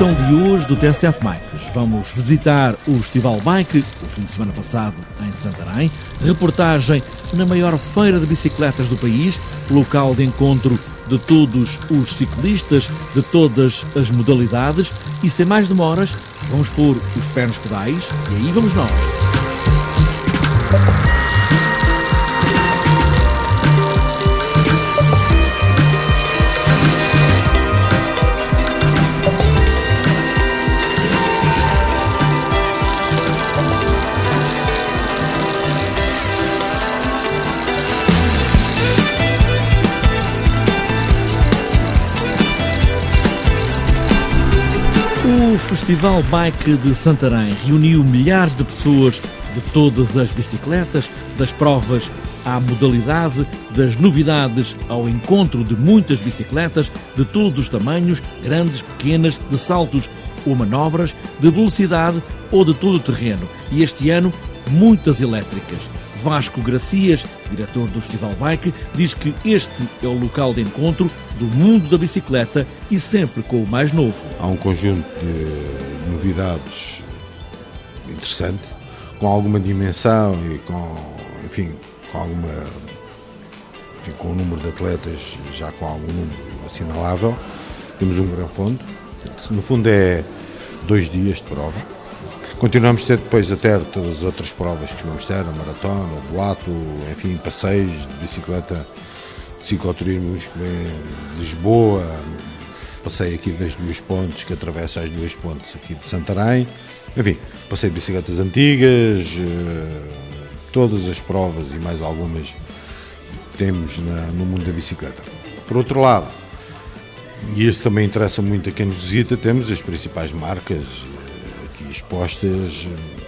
edição de hoje do TSF Bikes. Vamos visitar o Festival Bike, o fim de semana passado, em Santarém. Reportagem na maior feira de bicicletas do país, local de encontro de todos os ciclistas, de todas as modalidades. E sem mais demoras, vamos pôr os pés nos pedais e aí vamos nós. O Festival Bike de Santarém reuniu milhares de pessoas de todas as bicicletas, das provas à modalidade, das novidades ao encontro de muitas bicicletas de todos os tamanhos, grandes, pequenas, de saltos ou manobras, de velocidade ou de todo o terreno. E este ano, muitas elétricas. Vasco Gracias, diretor do Festival Bike, diz que este é o local de encontro do mundo da bicicleta e sempre com o mais novo. Há um conjunto de novidades interessante, com alguma dimensão e com o número de atletas já com algum número assinalável. Temos um grande fundo. No fundo é 2 dias de prova. Continuamos a ter depois a ter todas as outras provas que vamos ter, a maratona, o duato, enfim, passeios de bicicleta, de cicloturismos que vêm de Lisboa, passeio aqui das 2 pontes, que atravessa as 2 pontes aqui de Santarém, enfim, passeio de bicicletas antigas, todas as provas e mais algumas que temos no mundo da bicicleta. Por outro lado, e isso também interessa muito a quem nos visita, temos as principais marcas expostas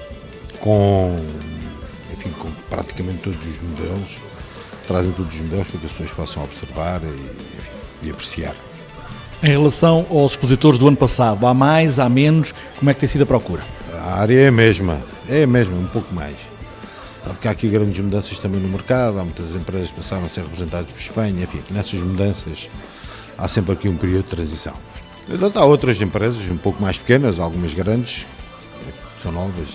com praticamente todos os modelos, trazem todos os modelos para que as pessoas possam observar e apreciar. Em relação aos expositores do ano passado, há mais, há menos, como é que tem sido a procura? A área é a mesma, um pouco mais. Porque há aqui grandes mudanças também no mercado, há muitas empresas que passaram a ser representadas por Espanha, enfim, nessas mudanças há sempre aqui um período de transição. Há outras empresas um pouco mais pequenas, algumas grandes, são novas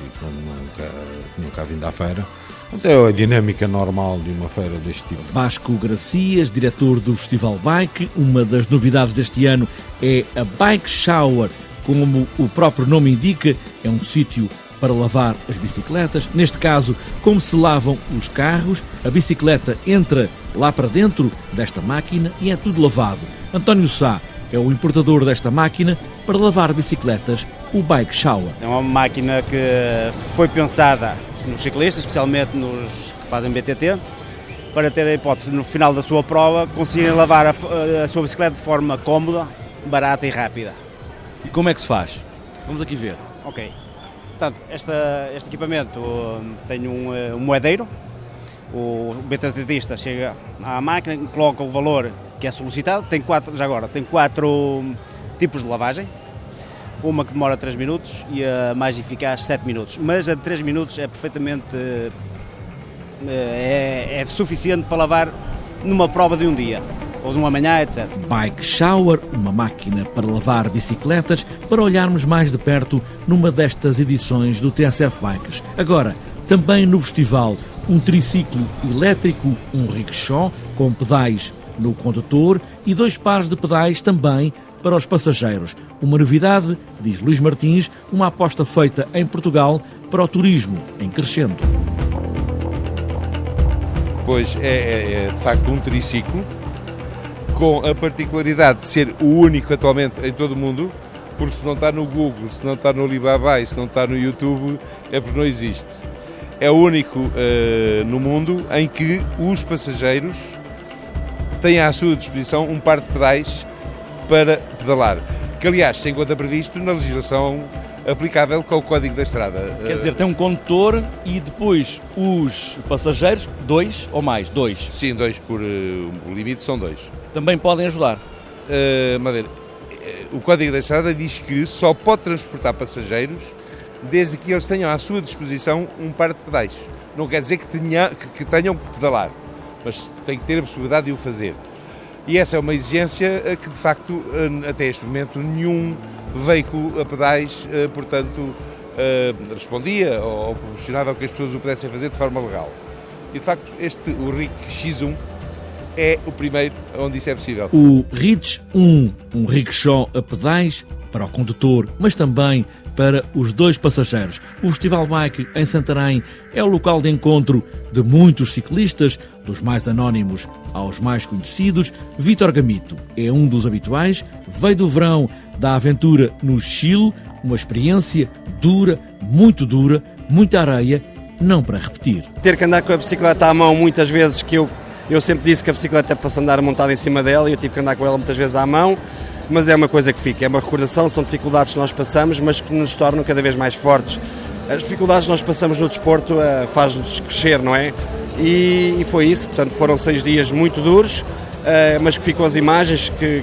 e nunca vindo à feira. Então é a dinâmica normal de uma feira deste tipo. Vasco Gracias, diretor do Festival Bike. Uma das novidades deste ano é a Bike Shower. Como o próprio nome indica, é um sítio para lavar as bicicletas. Neste caso, como se lavam os carros, a bicicleta entra lá para dentro desta máquina e é tudo lavado. António Sá é o importador desta máquina para lavar bicicletas, o Bike Shower. É uma máquina que foi pensada nos ciclistas, especialmente nos que fazem BTT, para ter a hipótese, no final da sua prova, conseguirem lavar a sua bicicleta de forma cómoda, barata e rápida. E como é que se faz? Vamos aqui ver. Ok. Portanto, este equipamento tem um moedeiro. O BTTista chega à máquina, coloca o valor que é solicitado. Tem 4 tipos de lavagem. Uma que demora 3 minutos e a mais eficaz 7 minutos. Mas a de 3 minutos é perfeitamente é suficiente para lavar numa prova de um dia ou de uma manhã, etc. Bike Shower, uma máquina para lavar bicicletas, para olharmos mais de perto numa destas edições do TSF Bikes. Agora, também no festival, um triciclo elétrico, um rickshaw com pedais no condutor e 2 pares de pedais também para os passageiros. Uma novidade, diz Luís Martins, uma aposta feita em Portugal para o turismo em crescendo. Pois é de facto um triciclo com a particularidade de ser o único atualmente em todo o mundo, porque se não está no Google, se não está no Alibaba e se não está no YouTube, é porque não existe. É o único no mundo em que os passageiros têm à sua disposição um par de pedais para pedalar, que aliás se encontra previsto na legislação aplicável com o Código da Estrada. Quer dizer, tem um condutor e depois os passageiros, 2 ou mais? 2? Sim, 2 por o limite são 2. Também podem ajudar? O Código da Estrada diz que só pode transportar passageiros desde que eles tenham à sua disposição um par de pedais. Não quer dizer que tenham que pedalar, mas tem que ter a possibilidade de o fazer. E essa é uma exigência que, de facto, até este momento, nenhum veículo a pedais, portanto, respondia ou proporcionava que as pessoas o pudessem fazer de forma legal. E, de facto, o RIC X1 é o primeiro onde isso é possível. O RIC 1, um rickshaw a pedais para o condutor, mas também para os dois passageiros. O Festival Bike em Santarém é o local de encontro de muitos ciclistas, dos mais anónimos aos mais conhecidos. Vítor Gamito é um dos habituais, veio do verão da aventura no Chile, uma experiência dura, muita areia, não para repetir. Ter que andar com a bicicleta à mão muitas vezes, que eu sempre disse que a bicicleta é para se andar montada em cima dela e eu tive que andar com ela muitas vezes à mão, mas é uma coisa que fica, é uma recordação, são dificuldades que nós passamos, mas que nos tornam cada vez mais fortes. As dificuldades que nós passamos no desporto faz-nos crescer, não é? E foi isso, portanto foram 6 dias muito duros, mas que ficam as imagens que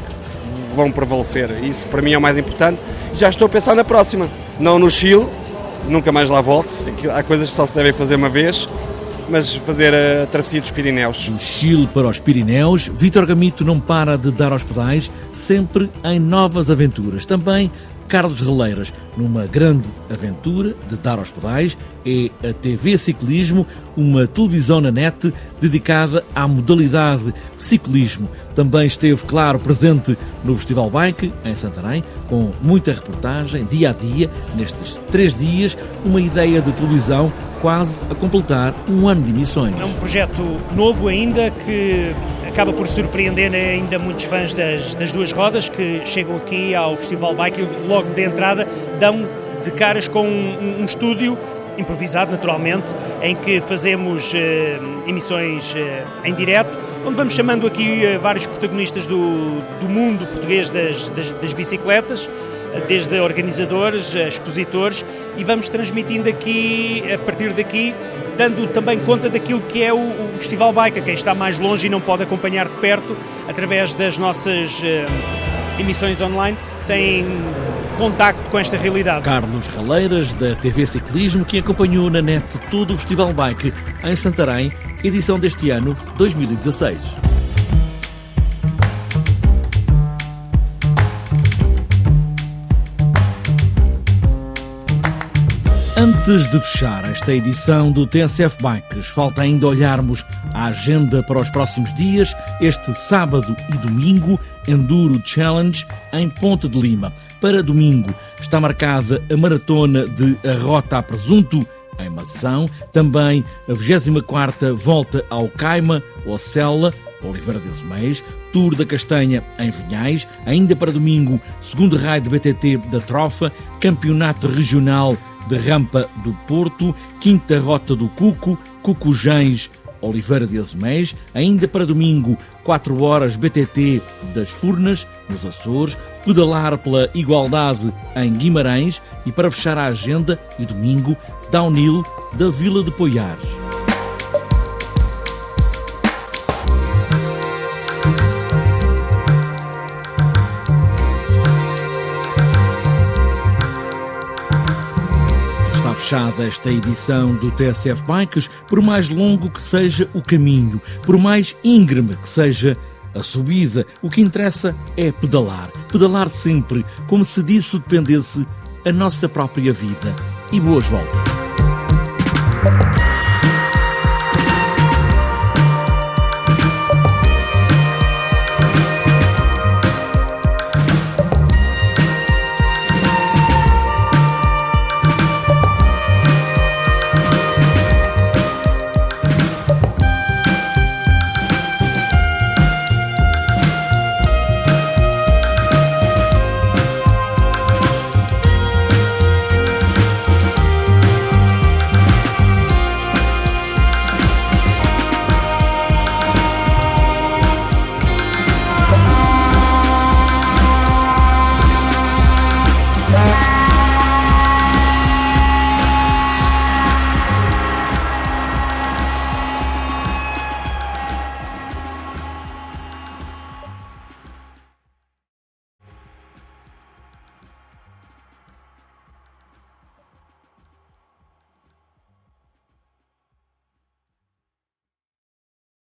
vão prevalecer. Isso para mim é o mais importante. Já estou a pensar na próxima, não no Chile, nunca mais lá volto, há coisas que só se devem fazer uma vez, mas fazer a travessia dos Pirineus. Do Chile para os Pirineus, Vítor Gamito não para de dar aos pedais, sempre em novas aventuras. Também Carlos Releiras, numa grande aventura de dar aos pedais, é a TV Ciclismo, uma televisão na net dedicada à modalidade ciclismo. Também esteve, claro, presente no Festival Bike, em Santarém, com muita reportagem, dia a dia, nestes 3 dias, uma ideia de televisão quase a completar um ano de emissões. É um projeto novo ainda, que acaba por surpreender ainda muitos fãs das duas rodas que chegam aqui ao Festival Bike e logo de entrada dão de caras com um estúdio improvisado, naturalmente, em que fazemos emissões em direto, onde vamos chamando aqui vários protagonistas do mundo português das bicicletas, desde organizadores, expositores, e vamos transmitindo aqui, a partir daqui, dando também conta daquilo que é o Festival Bike, a quem está mais longe e não pode acompanhar de perto, através das nossas emissões online, tem contacto com esta realidade. Carlos Releiras, da TV Ciclismo, que acompanhou na net todo o Festival Bike em Santarém, edição deste ano, 2016. Antes de fechar esta edição do TSF Bikes, falta ainda olharmos a agenda para os próximos dias. Este sábado e domingo, Enduro Challenge em Ponte de Lima. Para domingo está marcada a maratona de A Rota a Presunto, em Mação. Também a 24ª Volta ao Caima, Ocela, Oliveira de Azeméis. Tour da Castanha em Vinhais. Ainda para domingo, segundo raio de BTT da Trofa, Campeonato Regional de Rampa do Porto, 5ª Rota do Cuco, Cucujães, Oliveira de Azeméis. Ainda para domingo, 4 horas BTT das Furnas, nos Açores, pedalar pela igualdade em Guimarães e, para fechar a agenda, e domingo, downhill da Vila de Poiares. Está fechada esta edição do TSF Bikes, por mais longo que seja o caminho, por mais íngreme que seja a subida, o que interessa é pedalar. Pedalar sempre, como se disso dependesse a nossa própria vida. E boas voltas.